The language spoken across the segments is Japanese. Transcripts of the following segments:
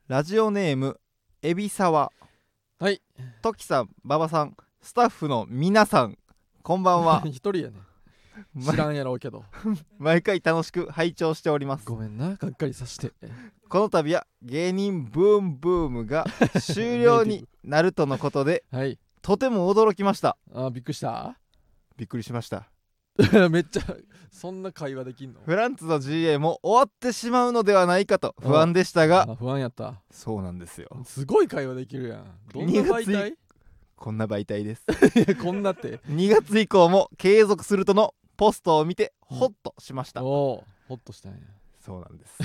ラジオネームエビサワ。 はい。 トキさん、馬場さん、スタッフの皆さん、こんばんは。 一人やね。知らんやろうけど。 毎回楽しく拝聴しております。 ごめんな、がっかりさして。 この度は芸人ブームブームが終了になるとのことではい。 とても驚きました。 びっくりした。 びっくりしました。 めっちゃそんな会話できんの。 フランツの GA も終わってしまうのではないかと不安でしたが、 不安やった。 そうなんですよ。 すごい会話できるやん。どんな媒体？ こんな媒体です。 いやこんなって 2月以降も継続するとのポストを見てホッとしました。 おお、ホッとしたんや。 そうなんです。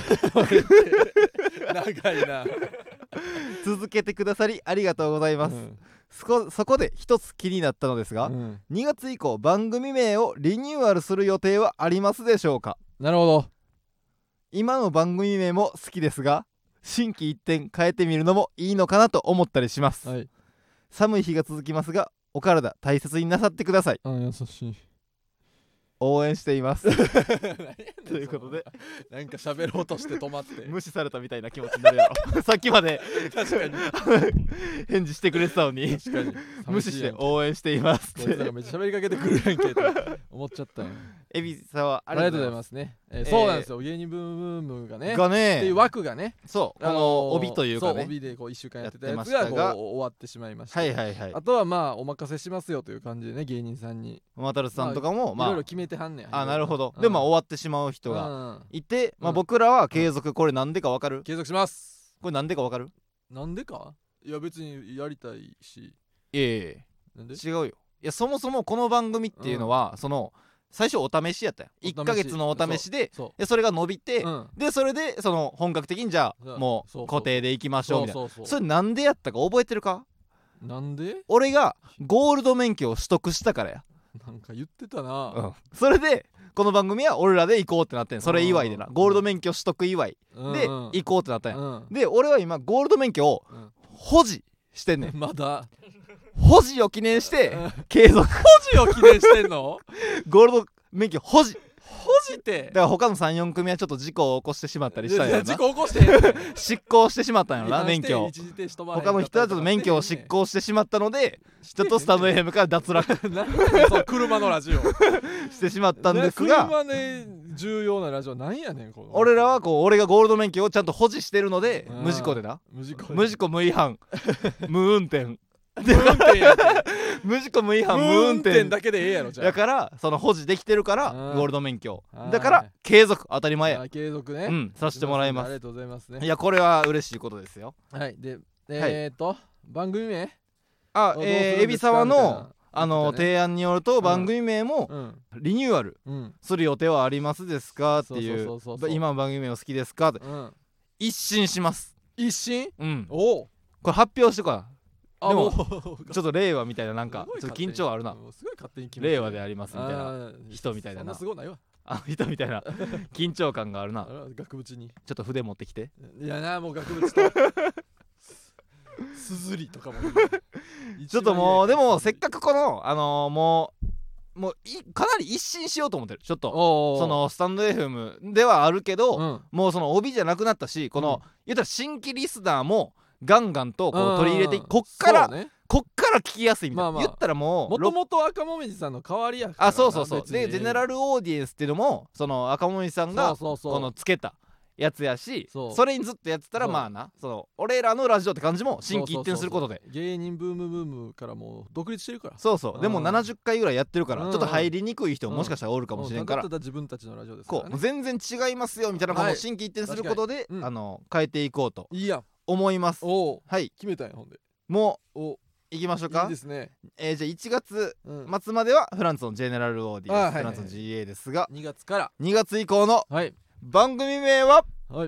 長いな。 続けてくださりありがとうございます。そこで一つ気になったのですが、2月以降番組名をリニューアルする予定はありますでしょうか。 なるほど。 今の番組名も好きですが、心機一転変えてみるのもいいのかなと思ったりします。 はい。 寒い日が続きますが、お体大切になさってください。 優しい。 応援しています。ということで、 なんか喋ろうとして止まって無視されたみたいな気持ちになるやろ。さっきまで確かに返事してくれてたのに確かに無視して応援していますって。 こいつらがめっちゃ喋りかけてくるやんけと思っちゃったんや。 エビさんはありがとうございますね。そうなんですよ。芸人ブームがねっていう枠がね、 そうこの帯というかね、 そう帯でこう1週間やってたやつがこう終わってしまいました。 はいはいはい。 あとはまあお任せしますよという感じでね、芸人さんにマタルさんとかもいろいろ決めてはんねん。 なるほど。でも終わってしまう人がいて、僕らは継続。これなんでかわかる？ 継続します。 これなんでかわかる？ なんでか？いや別にやりたいし。 なんで？違うよ。いやそもそもこの番組っていうのはその最初お試しやったよ。1ヶ月のお試しで、それが伸びて、でそれでその本格的にじゃあもう固定でいきましょうみたいな。それなんでやったか覚えてるか？ なんで？ 俺がゴールド免許を取得したからや。 なんか言ってたな。 それでこの番組は俺らで行こうってなってん。それ祝いでな、ゴールド免許取得祝いで行こうってなったんや。で俺は今ゴールド免許を保持してんねん。 まだ保持を記念して継続。 保持を記念してんの？ ゴールド免許保持ってだから他の 3,4 組はちょっと事故を起こしてしまったりしたんやな。 事故起こして執行してしまったんやろな、免許を。他の人はちょっと免許を執行してしまったので、ちょっとスタンド FM から脱落そう車のラジオしてしまったんですが、 車で重要なラジオなんやねんこの。 俺らはこう俺がゴールド免許をちゃんと保持してるので、無事故でな、無事故無違反無運転無事故無違反無運転だけでええやろ。じゃあだからその保持できてるからゴールド免許だから継続当たり前や。 継続ね、 させてもらいます。 ありがとうございますね。 いやこれは嬉しいことですよ。 はいで番組名エビサワの提案によると番組名もリニューアルする予定はありますですかっていう。今の番組名を好きですかって一新します。 一新？ おおこれ発表してから。でもちょっと令和みたいななんかちょっと緊張あるな。令和でありますみたいな人みたいな人みたいな緊張感があるな。 額縁にちょっと筆持ってきて。 いやな、もう額縁とすずりとかもちょっともうでもせっかくこのもうかなり一新しようと思ってる。ちょっとそのスタンド FM ではあるけど、もうその帯じゃなくなったし、この言ったら新規リスナーもガンガンとこう取り入れて、こっから聞きやすいみたいな。言ったらもともと赤もみじさんの代わりやから。 そうでジェネラルオーディエンスっていうのもその赤もみじさんがこのつけたやつやし、それにずっとやってたらまあな、その俺らのラジオって感じも心機一転することで芸人ブームからもう独立してるから。 でも70回ぐらいやってるからちょっと入りにくい人ももしかしたらおるかもしれんから、 自分たちのラジオですからね。 全然違いますよみたいな、この心機一転することで変えていこうと思います。はい、 決めたんや。ほんでもう行きましょうか。 いいですね。 じゃあ1月末まではフランスのジェネラルオーディエンス、フランスの GA ですが、 2月から 2月以降の番組名は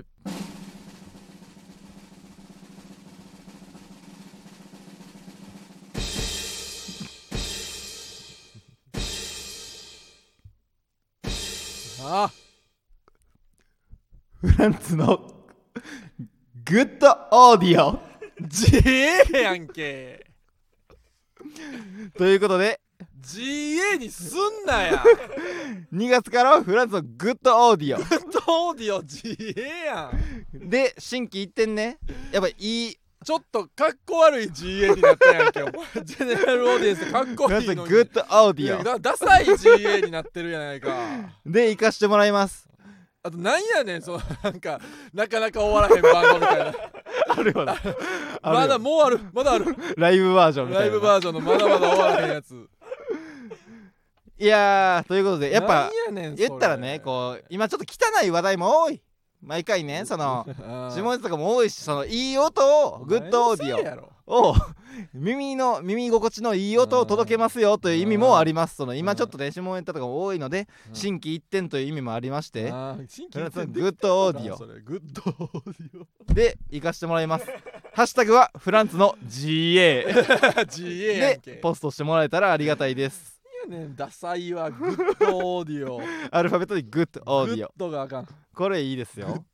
フランスのグッドオーディオ GA やんけということで GA にすんなや 2月からはフランスのグッドオーディオグッドオーディオ GA やんで心機一転ねやっぱいいちょっとかっこ悪い GA になったやんけお前ジェネラルオーディエンスかっこいいのにグッドオーディオダサい GA になってるやないかで行かしてもらいます。 あとなんやねんそのなんかなかなか終わらへんバンドみたいなあるよなまだもうあるまだあるライブバージョンみたいなライブバージョンのまだまだ終わらへんやついやーということでやっぱなんやねん言ったらねこう今ちょっと汚い話題も多い毎回ねその下ネタとかも多いしそのいい音をグッドオーディオを耳心地のいい音を届けますよという意味もあります。その今ちょっとね下ネタとかも多いので心機一転という意味もありましてグッドオーディオグッドオーディオで行かしてもらいます。ハッシュタグはフランツの GA でポストしてもらえたらありがたいです。 ダサいわグッドオーディオアルファベットでグッドオーディオグッドがあかんこれいいですよ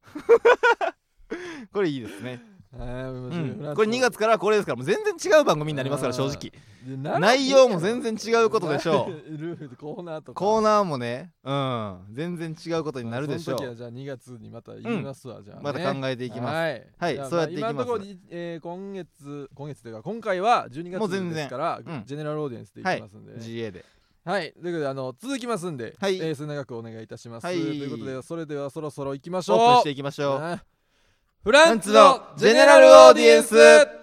これいいですねこれ2月からこれですからもう全然違う番組になりますから正直内容も全然違うことでしょうコーナーとかコーナーもね全然違うことになるでしょう。 その時はじゃあ2月にまた言いますわじゃあまた考えていきますはいそうやっていきます。 今のところ今月というか今回は12月ですからジェネラルオーディエンスでいきますんで GA ではいということで続きますんで末永くお願いいたしますということでそれではそろそろ行きましょうオープンしていきましょうフランツのジェネラルオーディエンス。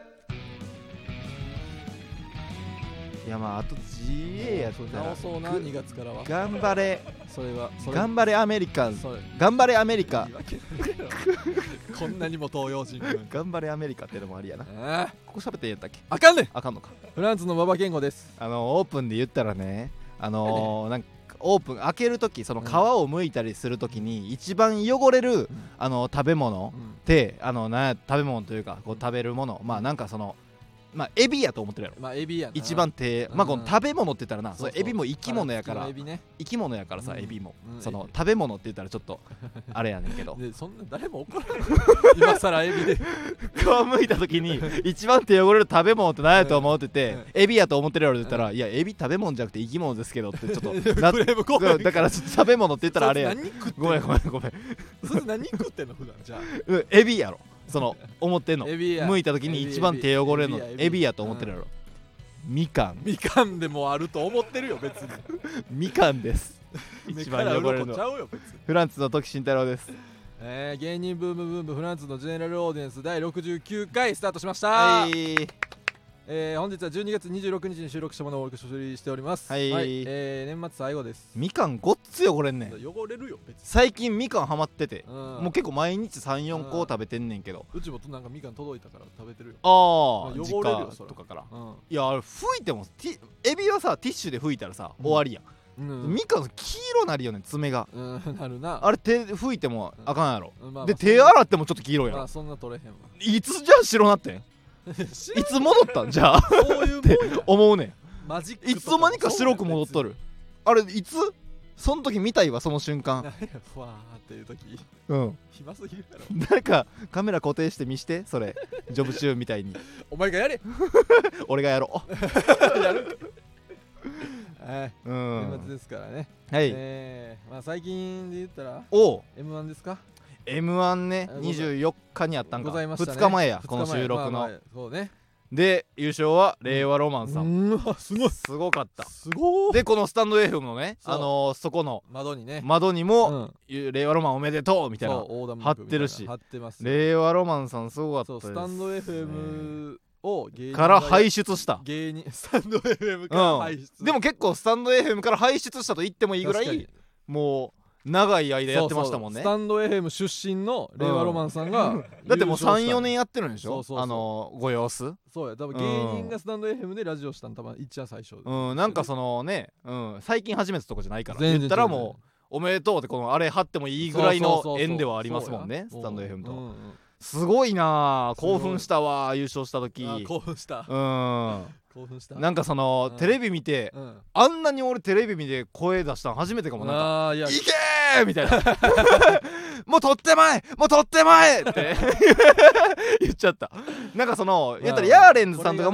いやまああと GA やったら直そうな2月からは頑張れそれは頑張れアメリカン頑張れアメリカこんなにも東洋人頑張れアメリカってのもありやなここ喋ってんやったっけあかんねんあかんのか。 フランツの馬場健吾です。 オープンで言ったらねなんかオープン開けるときその皮を剥いたりするときに一番汚れる食べ物って食べ物というかこう食べるものまあなんかそのまあエビやと思ってるやろ。 まあエビやな一番まあこの食べ物って言ったらなエビも生き物やから生き物やからさエビもその食べ物って言ったらちょっとあれやねんけどそんな誰も怒らない今更エビで皮むいた時に一番手汚れる食べ物って何やと思うって言ってエビやと思ってるやろって言ったらいやエビ食べ物じゃなくて生き物ですけどってちょっとだから食べ物って言ったらあれやごめんそれ何食ってんの普段じゃあエビやろその思ってんの剥いた時に一番手汚れるのエビやと思ってるやろ。みかんでもあると思ってるよ別にみかんです一番汚れるのフランツの時慎太郎です。 芸人ブームブームフランツのジェネラルオーディエンス第69回スタートしました。本日は12月26日に収録したものをお送りしております。年末最後です。 みかんごっつ汚れんねん。 汚れるよ別に最近みかんハマっててもう結構毎日 3,4 個食べてんねんけどうちもなんかみかん届いたから食べてるよ。 汚れるよそれとかからいやあれ拭いてもエビはさティッシュで拭いたらさ終わりやん。みかん黄色なるよね爪がなるなあれ手拭いてもあかんやろで手洗ってもちょっと黄色やろそんな取れへんわいつじゃあ白なってんいつ戻ったんじゃあって思うねん。いつの間にか白く戻っとるあれいつその時見たいわその瞬間ふわーっていう時暇すぎるやろ誰かカメラ固定して見してそれジョブ中みたいにお前がやれ俺がやろうやる年末ですからねまあ最近で言ったら M1 ですか。 M1 ね24日にあったんか2日前やこの収録のそうねで優勝は令和ロマンさんすごかったでこのスタンド FM のねそこの窓にも令和ロマンおめでとうみたいな貼ってるし令和ロマンさんすごかったです。 スタンド FM から輩出した芸人スタンド FM から輩出でも結構スタンド FM から輩出したと言ってもいいぐらいもう長い間やってましたもんね。 スタンド FM 出身の令和ロマンさんがだってもう 3,4 年やってるんでしょご様子。 そうや多分芸人がスタンド FM でラジオしたの多分一番最初なんかそのね最近始めたとこじゃないから言ったらもうおめでとうってこのあれ貼ってもいいぐらいの縁ではありますもんねスタンド FM と。すごいな興奮したわ優勝した時興奮したなんかそのテレビ見てあんなに俺テレビ見て声出したの初めてかも。なんかいけーみたいなもう取ってまえって言っちゃった。なんかその言ったらヤーレンズさんとかも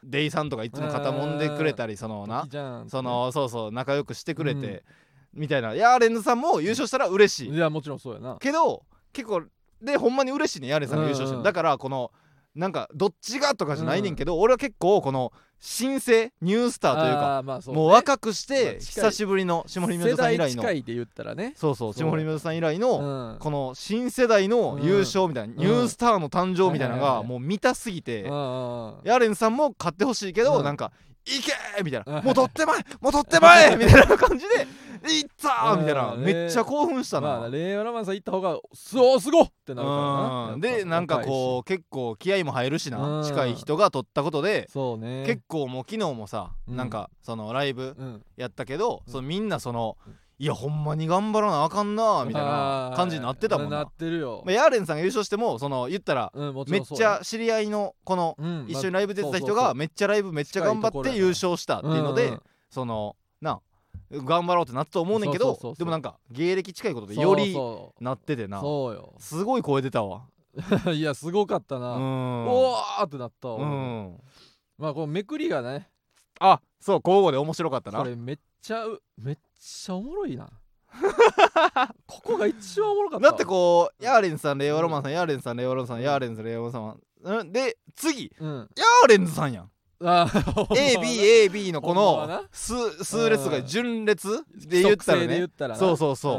デイさんとかいつも肩もんでくれたりそのなそのそうそう仲良くしてくれてみたいなヤーレンズさんも優勝したら嬉しい。 いやもちろんそうやなけど結構でほんまに嬉しいねヤーレンさんが優勝してる。だからこのなんかどっちがとかじゃないねんけど、俺は結構この新生ニュースターというか、 まあそうね、 もう若くして久しぶりの霜降り明星さん以来の世代近いで言ったらねそう霜降り明星さん以来のこの新世代の優勝みたいな、ニュースターの誕生みたいなのがもう見たすぎて、ヤーレンさんも勝ってほしいけど、なんかいけーみたいな、もう取ってまえもう取ってまえみたいな感じでいったーみたいな、めっちゃ興奮したな。 令和ロマンさん行った方がそうすごっってなるからな。 でなんかこう結構気合も入るしな、近い人が取ったことでそうね結構もう昨日もさ、なんかそのライブやったけど、そのみんなそのいやほんまに頑張らなあかんなみたいな感じになってたもんな。 なってるよ。 ヤーレンさんが優勝してもその言ったらめっちゃ知り合いのこの一緒にライブ出てた人がめっちゃライブめっちゃ頑張って優勝したっていうので、そのな頑張ろうってなったと思うねんけど、でもなんか芸歴近いことでよりなっててな、 そうよすごい声出たわいやすごかったな、おーってなったわ。まあこのめくりがね、 あそう交互で面白かったな。 これめっちゃおもろいなここが一番おもろかった。 だってこうヤーレンズさん令和ロマンさん、ヤーレンズさん令和ロマンさん、ヤーレンズ令和ロマンさんで次、ヤーレンズさんやん。AB のこの数列が順列で言ったらね、そうそうそう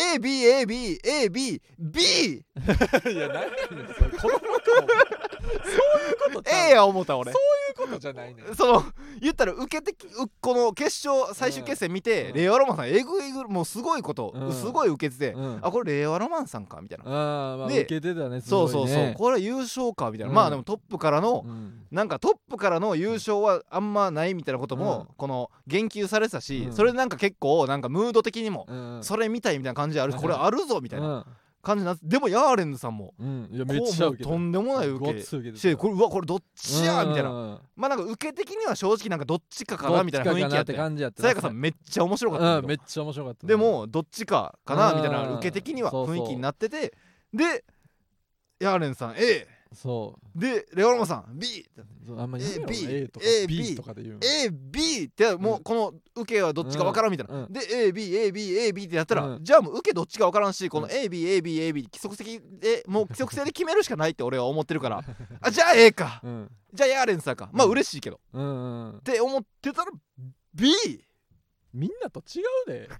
、ABABABB いや何やねんそれ、子供かそういうこと A や思った俺。 そういうことじゃないねん。 その言ったら受けてこの決勝最終決戦見て、令和ロマンさんえぐいぐもうすごいこと、すごい受けてて、あこれ令和ロマンさんかみたいな、 で受けてたね。 そうそうそう、これは優勝かみたいな、まあでもトップからのなんかトップからの優勝はあんまないみたいなこともこの言及されてたし、それでなんか結構なんかムード的にもそれみたいみたいな感じである、これあるぞみたいな感じになって、でもヤーレンズさんもめっちゃ受けてとんでもない受けして、これうわこれどっちやみたいな、まあなんか受け的には正直なんかどっちかかなみたいな雰囲気やってさやかさんめっちゃ面白かったけど、 めっちゃ面白かった。 でもどっちかかなみたいな受け的には雰囲気になってて、でヤーレンさん A そうでレオロマさん B あんまり A とか B とかで言う AB ってもうこの受けはどっちか分からんみたいな、で ABABAB ってやったら、じゃあもう受けどっちか分からんし、この ABABAB 規則性でもう規則性で決めるしかないって俺は思ってるからあじゃあ A か、じゃあヤーレンさんか、まあ嬉しいけどって思ってたら B みんなと違うで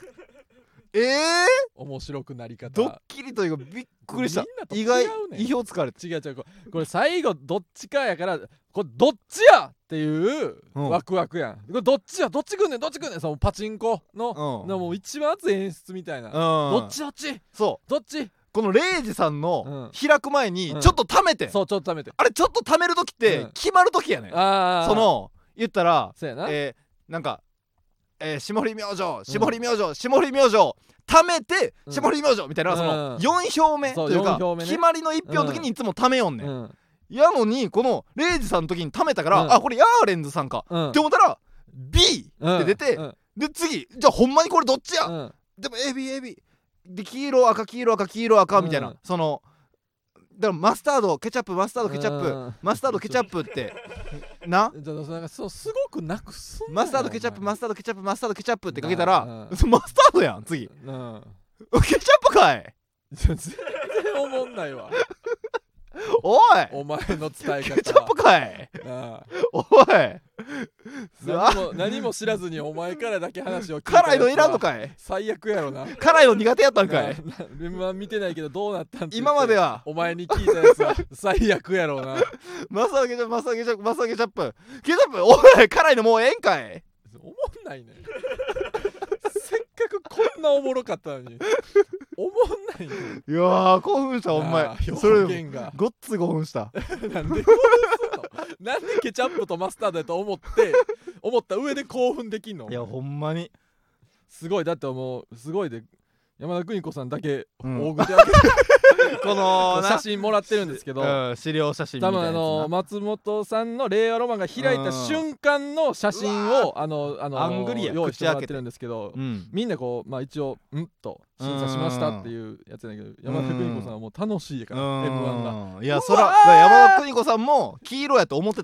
面白くなり方ドッキリというかびっくりした。 意外意表つかれて違うこれ最後どっちかやから、これどっちやっていうワクワクやん。これどっちやどっちくんねんどっちくんねん、そのパチンコのもう一番熱い演出みたいな、どっちそうどっちこのレイジさんの開く前にちょっと貯めて、 そうちょっと貯めて、 あれちょっと貯める時って決まる時やねん。その言ったらなんか霜降り明星霜降り明星霜降り明星貯めて霜降り明星みたいな、その4票目というか決まりの1票の時にいつも貯めよんねん。やのにこのレイジさんの時に貯めたから、あこれヤーレンズさんかって思ったら B って出て、で次じゃあほんまにこれどっちや、でも AB で黄色赤黄色赤黄色赤みたいな、そのだからマスタードケチャップマスタードケチャップマスタードケチャップってな、 そうすごくなくすんマスタードケチャップマスタードケチャップマスタードケチャップってかけたらマスタードやん次ケチャップかい全然おもんないわおいお前の伝え方ケチャップかいおい何も知らずにお前からだけ話を聞いた。 辛いのいらんのかい。 最悪やろな。 辛いの苦手やったんかい。 見てないけどどうなったんって今まではお前に聞いたやつは最悪やろうな。 マサケチャップマサケチャップマサケチャップケチャップおい辛いのもうええんかい。 おもんないねせっかくこんなおもろかったのにおもんないね。 いやー興奮したお前。それごっつ興奮した。 なんでケチャップとマスタードやと思った上で興奮できんの。 いやほんまにすごい。だってもうすごいで山田邦子さんだけ大口開けてこの写真もらってるんですけど、 資料写真みたいなやつな。 多分松本さんの令和ロマンが開いた瞬間の写真をアングリ用意してもらってるんですけど、みんなこうまあ一応と審査しましたっていうやつだけど、山田邦子さんはもう楽しいから M1 が。 いやそら山田邦子さんも黄色やと思ってたんや。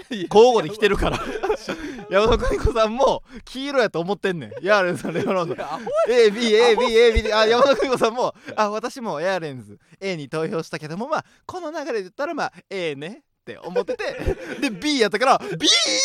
交互で来てるから山田邦子さんも黄色やと思ってんねん。ヤーレンズのレオナルド AB あ山田邦子さんも私もヤーレンズ A に投票したけども、まあこの流れで言ったらまあ A ねって思っててで B やったから B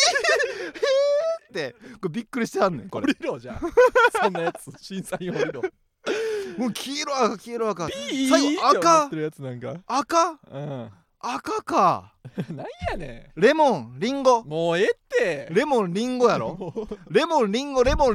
ってこれびっくりしてはんねん。これ降りろじゃんそんなやつ審査員降りろもう黄色赤 B 最後赤って思ってるやつなんか赤かなんやねレモンリンゴんもうええってレモンリンゴやろもうレモンリンゴおい酸っ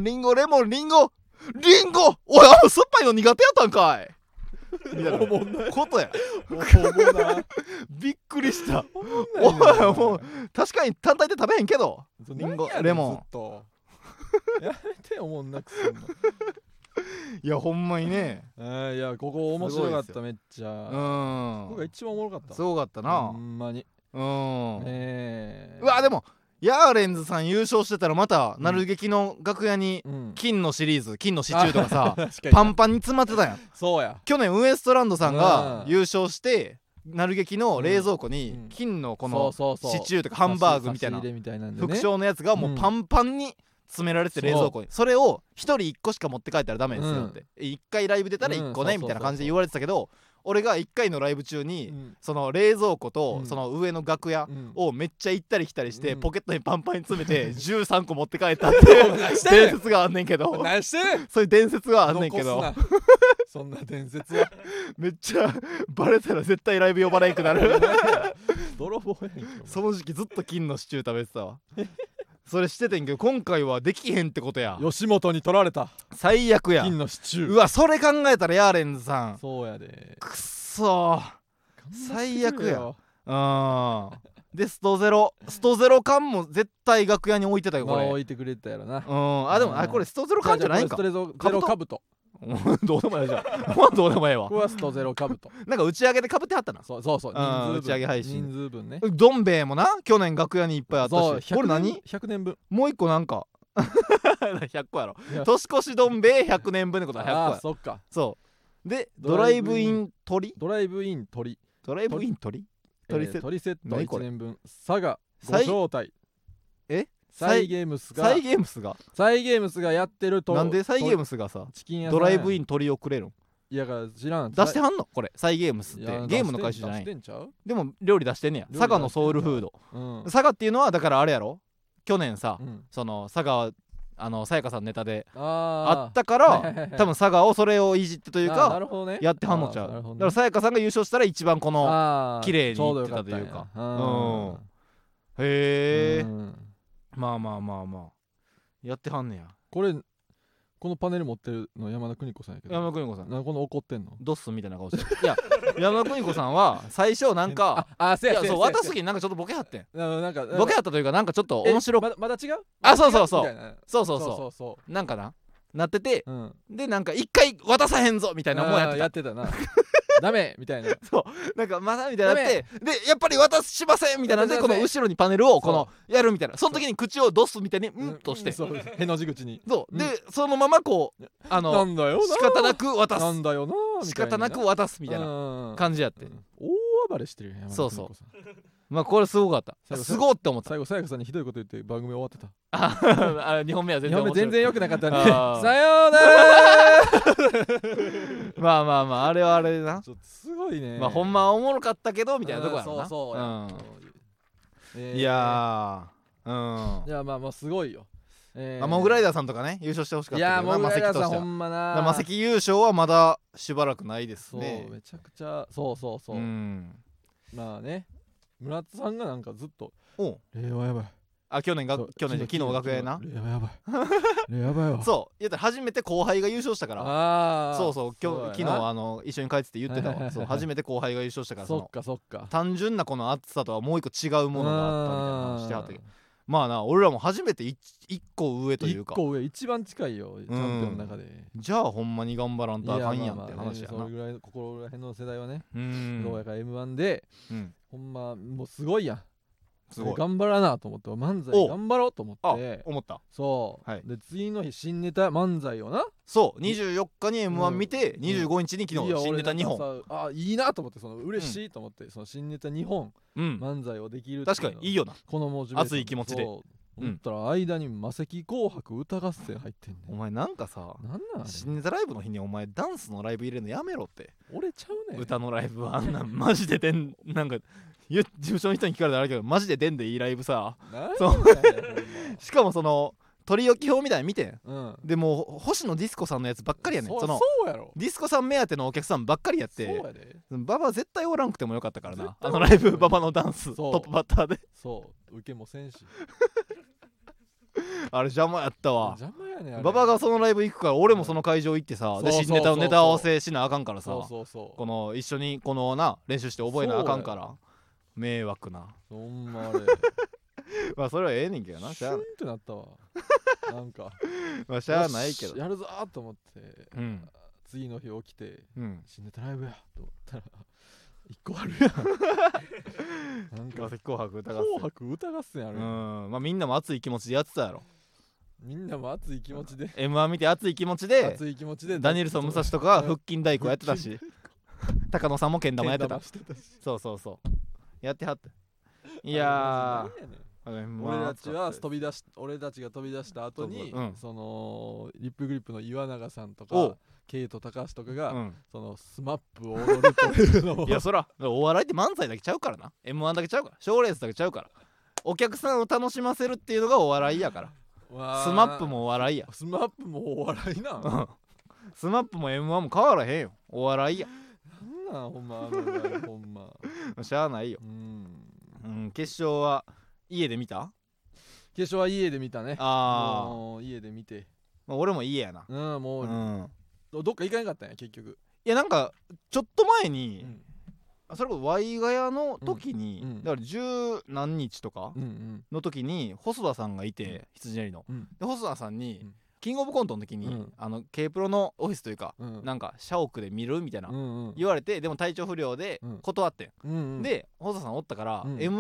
ぱいの苦手やったんかいみたいなことやびっくりしたおいもう確かに単体で食べへんけどリンゴレモンずっとやめておもんなくすんのいやほんまにねいやここ面白かっためっちゃここが一番おもろかったすごかったなほんまにうわでもヤーレンズさん優勝してたらまたなる劇の楽屋に金のシリーズ金のシチューとかさパンパンに詰まってたやん。 そうや去年ウエストランドさんが優勝してなる劇の冷蔵庫に金のこのシチューとかハンバーグみたいな副賞のやつがもうパンパンに詰められて冷蔵庫にそれを1人1個しか持って帰ったらダメですよって1回ライブ出たら1個ねみたいな感じで言われてたけど俺が1回のライブ中にその冷蔵庫とその上の楽屋をめっちゃ行ったり来たりしてポケットにパンパンに詰めて13個持って帰ったっていう伝説があんねんけどそういう伝説があんねんけどそんな伝説はめっちゃバレたら絶対ライブ呼ばないくなる泥棒やんその時期ずっと金のシチュー食べてたわそれしててんけど今回はできへんってことや。 吉本に取られた最悪や。 金のシチューうわそれ考えたらヤーレンズさんそうやでくっそ最悪や。でストゼロ缶も絶対楽屋に置いてたよこれ。 置いてくれたやろな。 でもこれストゼロ缶じゃないんか。 ストゼロカブトどうでもええじゃんどうでもええわ。 これはストゼロカブトなんか打ち上げでかぶってはったな。 そう打ち上げ配信人数分ね。 どん兵衛もな去年楽屋にいっぱいあったしこれ何 100年分もう一個なんか100個やろ年越しどん兵衛100年分ってことは100個や。 あそっかそうでドライブイン鳥ドライブイン鳥セット 1年分佐賀ご招待サイゲームスがやってるとなんでサイゲームスがさドライブイン鳥をくれるん。 いやから知らん出してはんのこれサイゲームスってゲームの会社じゃないでも料理出してんねや。佐賀のソウルフード佐賀っていうのはだからあれやろ去年さその佐賀さやかさんネタであったから多分佐賀をそれをいじってというかやってはんのちゃう。だからさやかさんが優勝したら一番この綺麗にいってたというかへえまあやってはんねや。 このパネル持ってるの山田邦子さんやけど山田邦子さんなんかこの怒ってんのドッスンみたいな顔していや山田邦子さんは最初なんかそう渡す時になんかちょっとボケはってんボケはったというかなんかちょっと面白くまだ違うそうなんかなっててでなんか一回渡さへんぞみたいなもんやってたなダメみたいなそうなんかまだみたいになってでやっぱり渡しませんみたいなんでこの後ろにパネルをこのやるみたいなその時に口をドスみたいにんとしてへの字口にそうでそのままこうなんだよ仕方なく渡すなんだよな仕方なく渡すみたいな感じやって大暴れしてるよね。 そうまあこれすごかったすごって思った最後さやかさんにひどいこと言って番組終わってた 2本目は全然良くなかったねさようならまああれはあれなちょっとすごいねまあほんまはおもろかったけどみたいなとこやろなそういやいやまあすごいよモグライダーさんとかね優勝してほしかったけどモグライダーさんほんまなマセキ優勝はまだしばらくないですね。 そうめちゃくちゃそうまあね村田さんがなんかずっと令和やばい昨日楽屋やな令和やばいわそう言ったら初めて後輩が優勝したからそう昨日一緒に帰ってて言ってたわそう初めて後輩が優勝したからそっか単純なこの熱さとはもう一個違うものがあったみたいな話してはったけどまあな俺らも初めて1個上というか 1個上一番近いよチャンピオンの中でじゃあほんまに頑張らんとあかんやんって話やな。 それぐらいここら辺の世代はねどうやか M1 でほんまもうすごいやんすごい頑張らなと思って漫才頑張ろうと思って思ったそう、はい、で次の日新ネタ漫才をなそう24日に M1 見て、25日に昨日新ネタ2本いいなと思って嬉しいと思って、その新ネタ2本漫才をできるっていう確かにいいよなこのモチベーション熱い気持ちで思ったら間にマセキ紅白歌合戦入ってんねん。 お前なんかさ新ネタライブの日にお前ダンスのライブ入れるのやめろって。 俺ちゃうねん歌のライブはあんなんマジでなんか事務所の人に聞かれたらあれけどマジで出んでいいライブさしかもその取り置き表みたいに見てん、でも星野ディスコさんのやつばっかりやねん。 そうやろディスコさん目当てのお客さんばっかりやってそうやでババ絶対おらんくてもよかったからなあのライブババのダンストップバッターでそう受けもせんしあれ邪魔やったわ。 邪魔やねんババがそのライブ行くから俺もその会場行ってさ、で新ネタのネタ合わせしなあかんからさ、この一緒にこのな練習して覚えなあかんから迷惑な。 ほんまあれまあそれはええねんけどな。 シュンってなったわなんかまあしゃあないけどやるぞーと思って、次の日起きて、新ネタライブやと思ったら一個あるやんなんか紅白歌合戦ある。 まあみんなも熱い気持ちでやってたやろ。 みんなも熱い気持ちで M1 見て熱い気持ちでダニエルソン武蔵とか腹筋太鼓やってたし高野さんもけん玉やってた。そうやってはって。いや俺たちが飛び出した後にそのリップグリップの岩永さんとかケイト高橋とかがそのスマップを踊るというのをいやそらお笑いって漫才だけちゃうからな。 M1 だけちゃうから賞レースだけちゃうからお客さんを楽しませるっていうのがお笑いやから。スマップもお笑いや。 スマップもお笑いなスマップも M1 も変わらへんよ。お笑いや。 なんなんほんまほんましゃあないよ。決勝は家で見た？ 決勝は家で見たね。もう家で見て、 俺も家やな。 もうどっか行かなかったんや結局。 いやなんかちょっと前にそれこそワイガヤの時にだから十何日とかの時に細田さんがいて羊なりので細田さんにキングオブコントの時にKプロのオフィスというかなんか社屋で見るみたいな言われて、でも体調不良で断ってんで細田さんおったから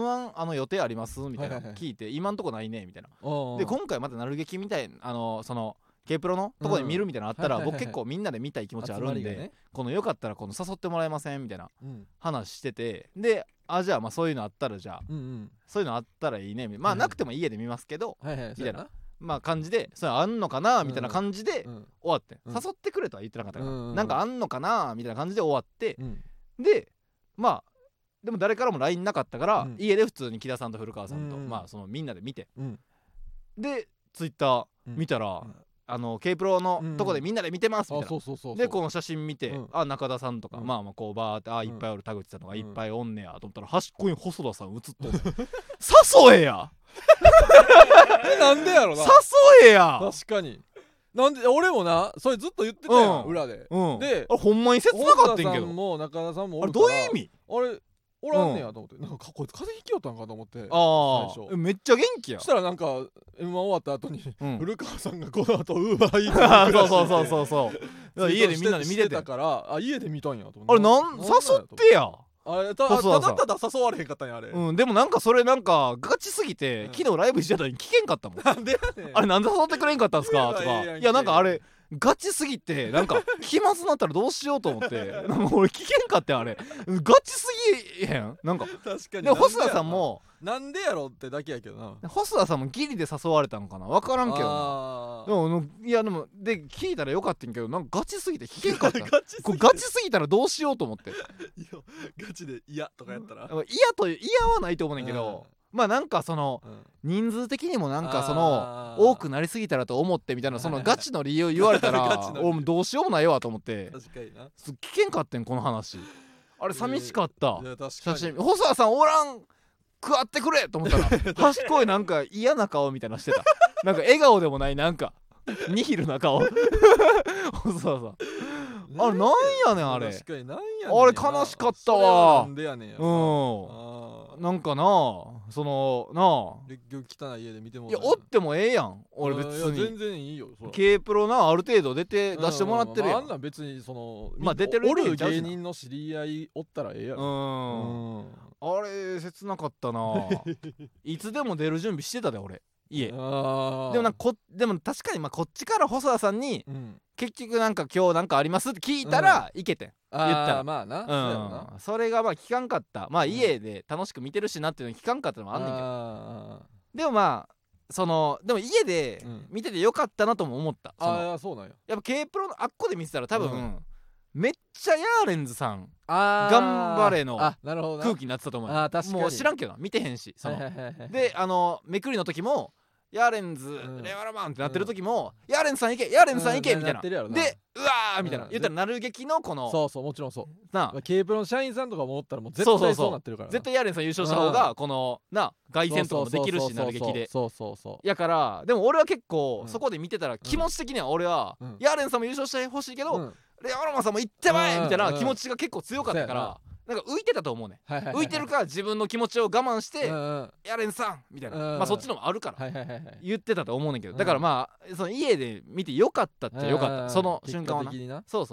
M1 予定ありますみたいな聞いて今んとこないねみたいなで今回またなる劇みたいそのKプロのとこで見るみたいなのあったら僕結構みんなで見たい気持ちあるんでこのよかったらこの誘ってもらえませんみたいな話してて、でじゃあまあそういうのあったらじゃあそういうのあったらいいねまあなくても家で見ますけどみたいなまあ感じでそれあんのかなみたいな感じで終わって誘ってくれとは言ってなかったからなんかあんのかなみたいな感じで終わってでまあでも誰からも LINE なかったから家で普通に木田さんと古川さんとまあそのみんなで見てで Twitter 見たらK プロのとこでみんなで見てますみたいなでこの写真見て中田さんとかまあこうバーっていっぱいおる田口さんとかいっぱいおんねやと思ったら端っこに細田さん映っとる誘えやなんでやろな誘えや確かになんで俺もなそれずっと言ってたやん裏ででほんまに切なかったんけど細田さんも中田さんもおるからあれどういう意味あれおらんねやと思ってなんかこいつ風邪ひきよったんかと思って最初めっちゃ元気やしたらなんか M1 終わった後に古川さんがこの後ウーバーイーツそう家でみんなで見てたから家で見たんやと思ってあれ誘ってやあれただ誘われへんかったんやあれでもなんかそれなんかガチすぎて昨日ライブしてたのに聞けんかったもんなんでやねんあれなんで誘ってくれんかったんすかとかいやなんかあれガチすぎてなんか気まずになったらどうしようと思って俺聞けんかってあれガチすぎへんなんか確かにで細田さんもなんでやろってだけやけどな細田さんもギリで誘われたのかな分からんけどなでもいやでもで聞いたらよかったんけどなんかガチすぎて聞けんかったガチすぎたらどうしようと思ってガチで嫌とかやったら嫌はないと思うねんけどまあなんかその人数的にもなんかその多くなりすぎたらと思ってみたいなそのガチの理由言われたら俺どうしようもないわと思って確かにな聞けんかってんこの話あれ寂しかった写真細田さんおらん食わってくれと思ったら端っこいなんか嫌な顔みたいなしてたなんか笑顔でもないなんかニヒルな顔細田さんあれなんやねんあれ確かになんやねんあれ悲しかったわなんでやねんやなんかなそのな結局汚い家で見てもいやおってもええやん俺別に全然いいよ K プロなある程度出してもらってるやんあんなん別にそのまあ出てるおる芸人の知り合いおったらええやろあれ切なかったないつでも出る準備してたで俺家でも確かにこっちから細田さんに、結局なんか今日なんかありますって聞いたらいけてん、言ったらまあな、 それが聞かんかった。家で楽しく見てるしなっていうの聞かんかったのもあんねんけど、でもでも家で見ててよかったなとも思った。 そうなんや。 やっぱ K プロのあっこで見てたら多分、めっちゃヤーレンズさん頑張れの空気になってたと思う。もう知らんけど見てへんし、でめくりの時もヤーレンズ令和ロマンってなってる時も、ヤーレンズさんいけヤーレンズさんいけみたいなで、うわーみたいな言ったらなる劇のこのそうもちろんそうなあ K プロの社員さんとかもおったらもう絶対そうなってるから、 絶対ヤーレンズさん優勝した方がこの凱旋とかもできるし、なる劇でやから。でも俺は結構そこで見てたら気持ち的には俺はヤーレンズさんも優勝してほしいけど令和ロマンさんも行ってまえみたいな気持ちが結構強かったから、なんか浮いてたと思うね。浮いてるから自分の気持ちを我慢してヤレンさんみたいな、そっちのもあるから言ってたと思うねんけど、だからその家で見てよかったっちゃよかった、その瞬間はな。そう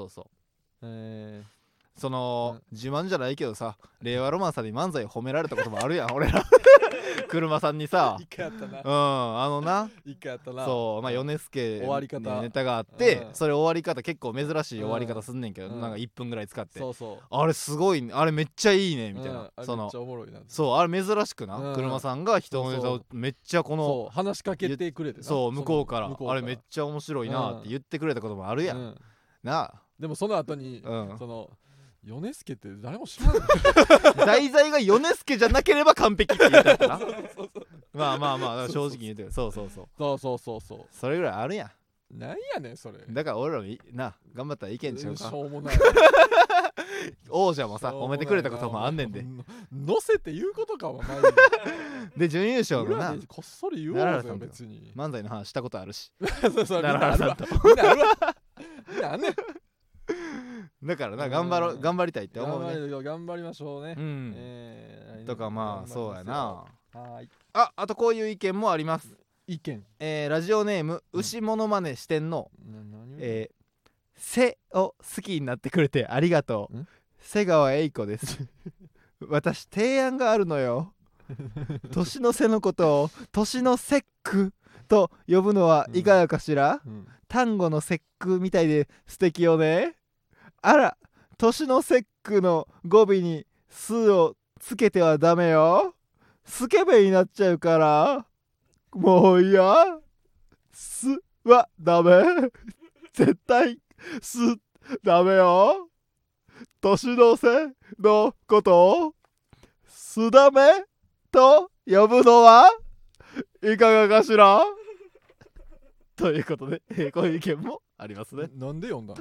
その自慢じゃないけどさ、令和ロマンさんに漫才褒められたこともあるやん俺ら車さんにさ、 一回あったな。一回あったな。 そう米助にネタがあって、それ終わり方結構珍しい終わり方すんねんけど、なんか1分ぐらい使って、あれすごいあれめっちゃいいねみたいな、そのめっちゃおもろいな。そうあれ珍しくな、車さんが人のネタをめっちゃこの話しかけてくれて、 そう向こうからあれめっちゃ面白いなって言ってくれたこともあるやんなあ。でもその後にその米助って誰も知らない題材が米助じゃなければ完璧って言ったかなまあ正直言うてる。そうそれぐらいあるやん。 なんやねんそれ。 だから俺らも頑張ったらいけんちゃうか。 しょうもない王者もさ褒めてくれたこともあんねんで、 乗せて言うことかはないで準優勝のなこっそり言おうぜ別に。 漫才の話したことあるし奈良さんとみんなあんねんだからな頑張りたいって思うね。 頑張りましょうね。 とかそうやな。あとこういう意見もあります。 意見。 ラジオネーム牛モノマネ四天王。背を好きになってくれてありがとう。瀬川栄子です。私提案があるのよ。年の瀬のことを年の節句と呼ぶのはいかがかしら。単語の節句みたいで素敵よね。あら、年の節句の語尾にすをつけてはダメよ。スケベになっちゃうから。もういや。すはダメ。絶対すダメよ。年の瀬のことをすだめと呼ぶのはいかがかしら。ということで、こういう意見もありますね。 なんで読んだ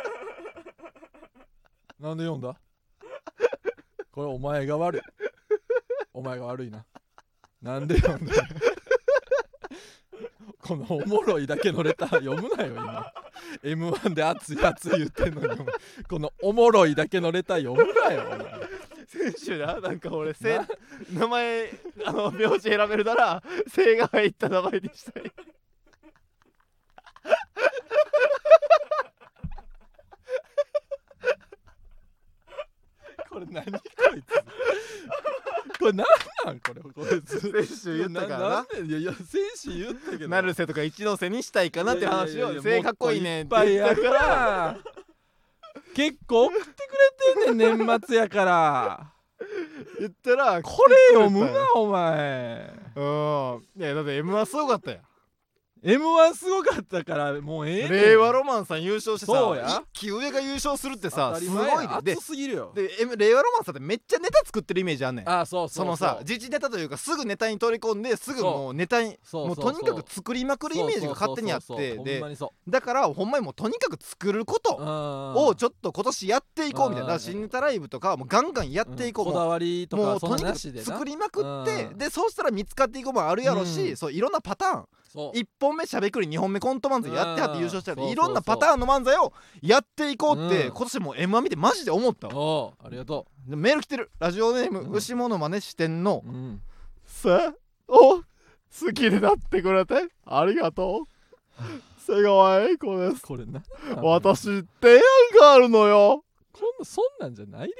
なんで読んだこれお前が悪い。お前が悪いな。なんで読んだこのおもろいだけのレター読むなよ今。M1 で熱い言ってんのにこのおもろいだけのレター読むなよお前。 先週なんか俺名前名字選べるなら姓が入った名前にしたい。 これ何こいつこれ何なんこれ先週言ったからな。 いや先週言ったけど成瀬とか一ノ瀬にしたいかなって話を性かっこいいねんって言ったから結構送ってくれてんねん年末やから言ったらこれ読むなお前。 いやだって M1 すごかったやん。 M1 すごかったからもう令和ロマンさん優勝してさ、一期上が優勝するってさすごいで。 熱すぎるよ。 で令和ロマンさんってめっちゃネタ作ってるイメージあんねん。 そのさ自治ネタというかすぐネタに取り込んですぐもうネタにもうとにかく作りまくるイメージが勝手にあって、でだからほんまにもうとにかく作ることをちょっと今年やっていこうみたいな。新ネタライブとかもうガンガンやっていこう。 こだわりとかもうとにかく作りまくってでそうしたら見つかっていこうもあるやろし、そういろんなパターン1本目しゃべくり2本目コント漫才やってはって優勝したらいろんなパターンの漫才をやっていこうって今年も M1 見てマジで思ったわ。 ありがとう。メール来てる。ラジオネーム牛モノマネ四天王。さを好きになってくれてありがとう。瀬川栄子です。 これな私提案があるのよ。 そんなんじゃないで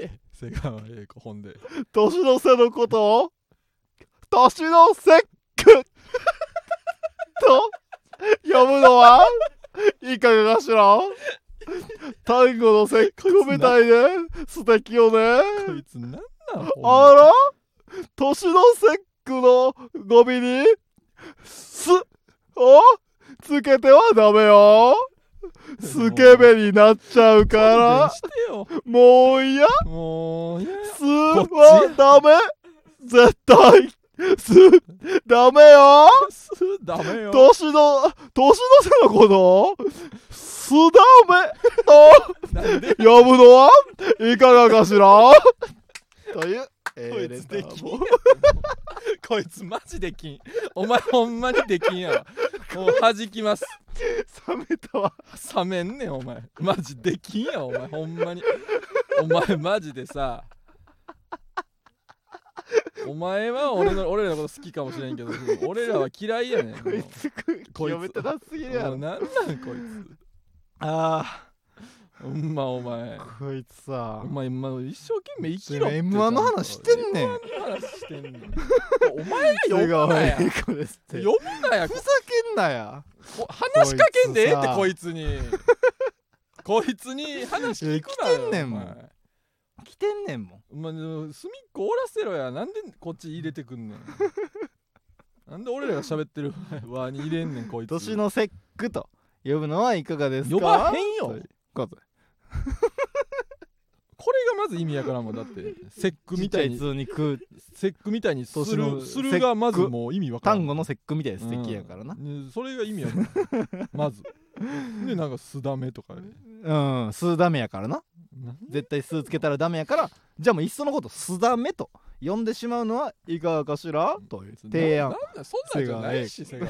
瀬川栄子ほんで年の瀬のことを年の節句と呼ぶのはいかがかしら。単語の節句みたいで素敵よね。 こいつなんなんあら年の節句の語尾にすをつけてはダメよ。スケベになっちゃうからもう嫌。すはダメ絶対すダメよ。 ダメよ。 年の瀬のことすダメと呼ぶのはいかがかしらというこいつできんこいつマジできん。お前ほんまにできんやわ。もう弾きます。 冷めたわ。 冷めんねんお前。マジできんやお前ほんまに。お前マジでさ、お前は俺らのこと好きかもしれんけど俺らは嫌いやねん。 こいつ読めてなすぎるやろ。 なんなんこいつ。 ああほんまお前こいつさ、 お前今一生懸命生きろって。 M1 の話してんねん。 M1 の話してんねんお前が読むなや。読むなや。 ふざけんなや。 話しかけんでええってこいつにこいつに話聞くなよ。 来てんねんもん。来てんねんもん。 お前隅っこおらせろや。なんでこっち入れてくんねんなんで俺らが喋ってる輪に入れんねんこいつ。 年の節句と呼ぶのはいかがですか。 呼ばへんよこれがまず意味やからんもん。だって節句みたいに節句みたいにするがまずもう意味わからん。 単語の節句みたいで素敵やからな、 それが意味やからまずでなんかすだめとかすダメやからな。絶対すつけたらダメやから、じゃあもういっそのことすだめと呼んでしまうのはいかがかしらという提案。 そんなんじゃないしそん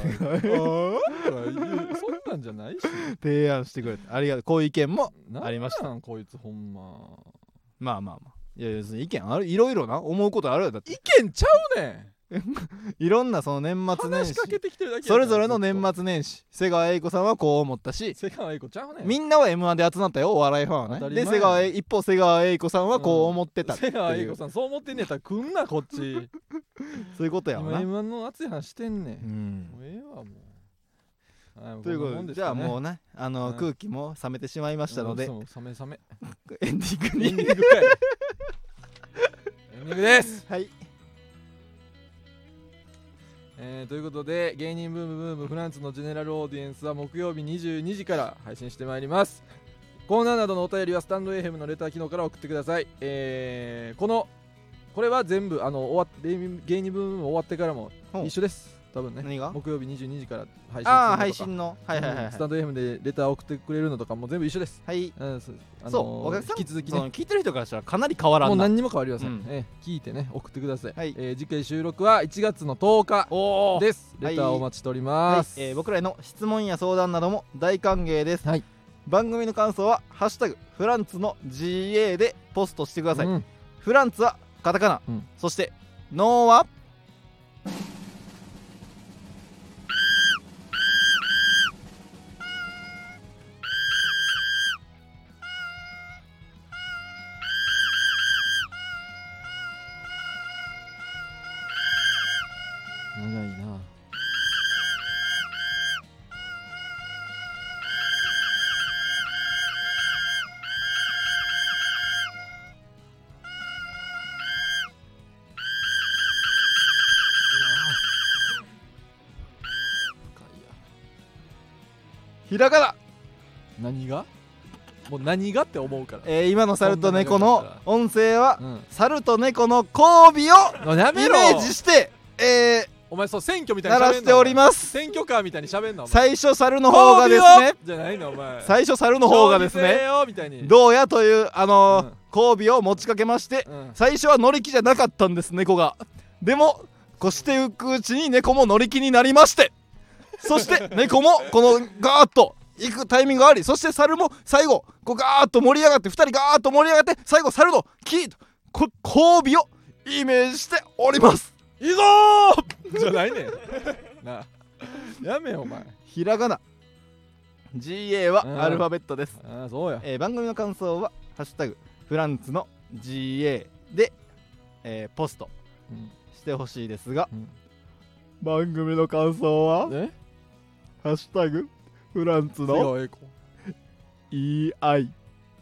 なんじゃないし提案してくれてありがとう。こういう意見もありました。 なんこいつほんま。 まあいや別に意見ある、いろいろな思うことあるよ。だって意見ちゃうねんいろんなその年末年始それぞれの年末年始瀬川栄子さんはこう思ったし、 瀬川栄子ちゃうねん。 みんなは M1 で集まったよお笑いファンはね。で一方瀬川栄子さんはこう思ってたっていう、 瀬川栄子さんそう思ってんねやったら来んなこっちそういうことやわな。 今 M1 の熱い話してんねん。 もうええわもう。 ということでじゃあもうね空気も冷めてしまいましたので、 冷めエンディングにエンディングですはい。 ということで芸人ブームブームフランツのジェネラルオーディエンスは木曜日22時から配信してまいります。コーナーなどのお便りはスタンド FM のレター機能から送ってください。これは全部芸人ブームブーム終わってからも一緒です多分ね。 何が木曜日22時から配信するのとあか配信のスタンド FM でレター送ってくれるのとかも全部一緒です。 はい。 そうお客さん引き続きね聞いてる人からしたらかなり変わらんな。 もう何にも変わりません。聞いてね送ってください。次回収録は1月の10日です。レターお待ちしております。 僕らへの質問や相談なども大歓迎です。番組の感想はハッシュタグフランツの GA でポストしてください。フランツはカタカナ、そしてノーは長いな。 ひらがな。 何がもう何がって思うから。 今の猿と猫の音声は、猿と猫の交尾をイメージしてお前そう選挙みたいに鳴らしております。 選挙カーみたいに喋んの。 最初猿の方がですねじゃないのお前。 最初猿の方がですねどうやという交尾を持ちかけまして、最初は乗り気じゃなかったんです猫が。でもこしていくうちに猫も乗り気になりまして、そして猫もこのガーッと行くタイミングがあり、そして猿も最後こうガーッと盛り上がって2人ガーッと盛り上がって最後猿のキーと交尾をイメージしております。 いいぞーじゃないねんな。やめよお前。 ひらがな GA はアルファベットです。 そうや。 番組の感想はハッシュタグフランツの GA で、ポストしてほしいですが、番組の感想はハッシュタグフランツの EI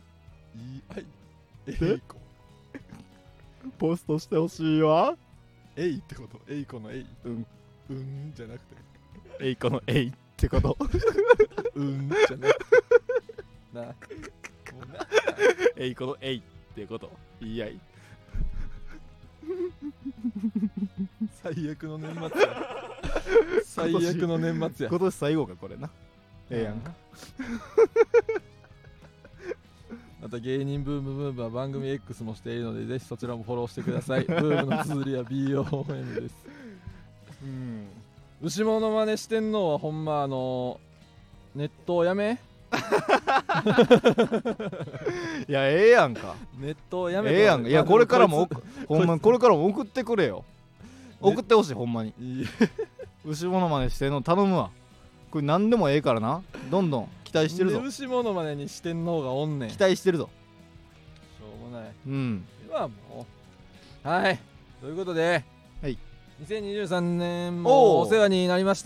でポストしてほしいわ。 エイってこと？エイコのエイ？じゃなくてエイコのエイってことじゃなくてなエイコのエイってこと。EI 最悪の年末や最悪の年末や。 今年最後かこれな。やんかまた芸人ブームブームは番組 X もしているのでぜひそちらもフォローしてください。ブームの綴りは BOM です。牛モノマネしてんのはほんまネットをやめいややんか。 ネットをやめやんか。いやこれからもほんまにこれからも送ってくれよ。送ってほしいほんまに。牛モノマネしてんの頼むわ。これ何でもええからな。どんどん期待してるぞ。 牛モノマネにしてんのがおんねん。 期待してるぞ。 しょうもない。ではもうはいということで、2023年もお世話になりました。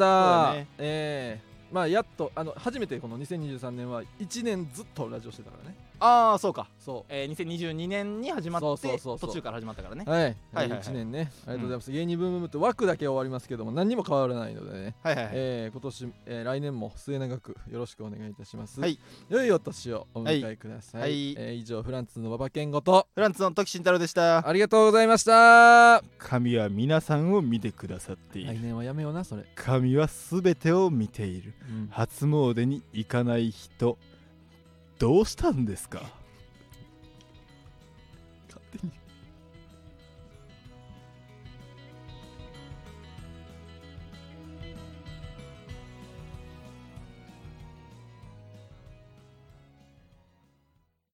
まあやっと初めてこの2023年は1年ずっとラジオしてたからね。 そうか。2022年に始まって途中から始まったからね。 1年ね。ありがとうございます。芸人ブームブームって枠だけ終わりますけども何にも変わらないのでね。今年来年も末永くよろしくお願いいたします。良いお年をお迎えください。以上フランツの馬場健吾とフランツの時慎太郎でした。 ありがとうございました。 神は皆さんを見てくださっている。 来年はやめようなそれ。 神はすべてを見ている。初詣に行かない人どうしたんですか。 勝手に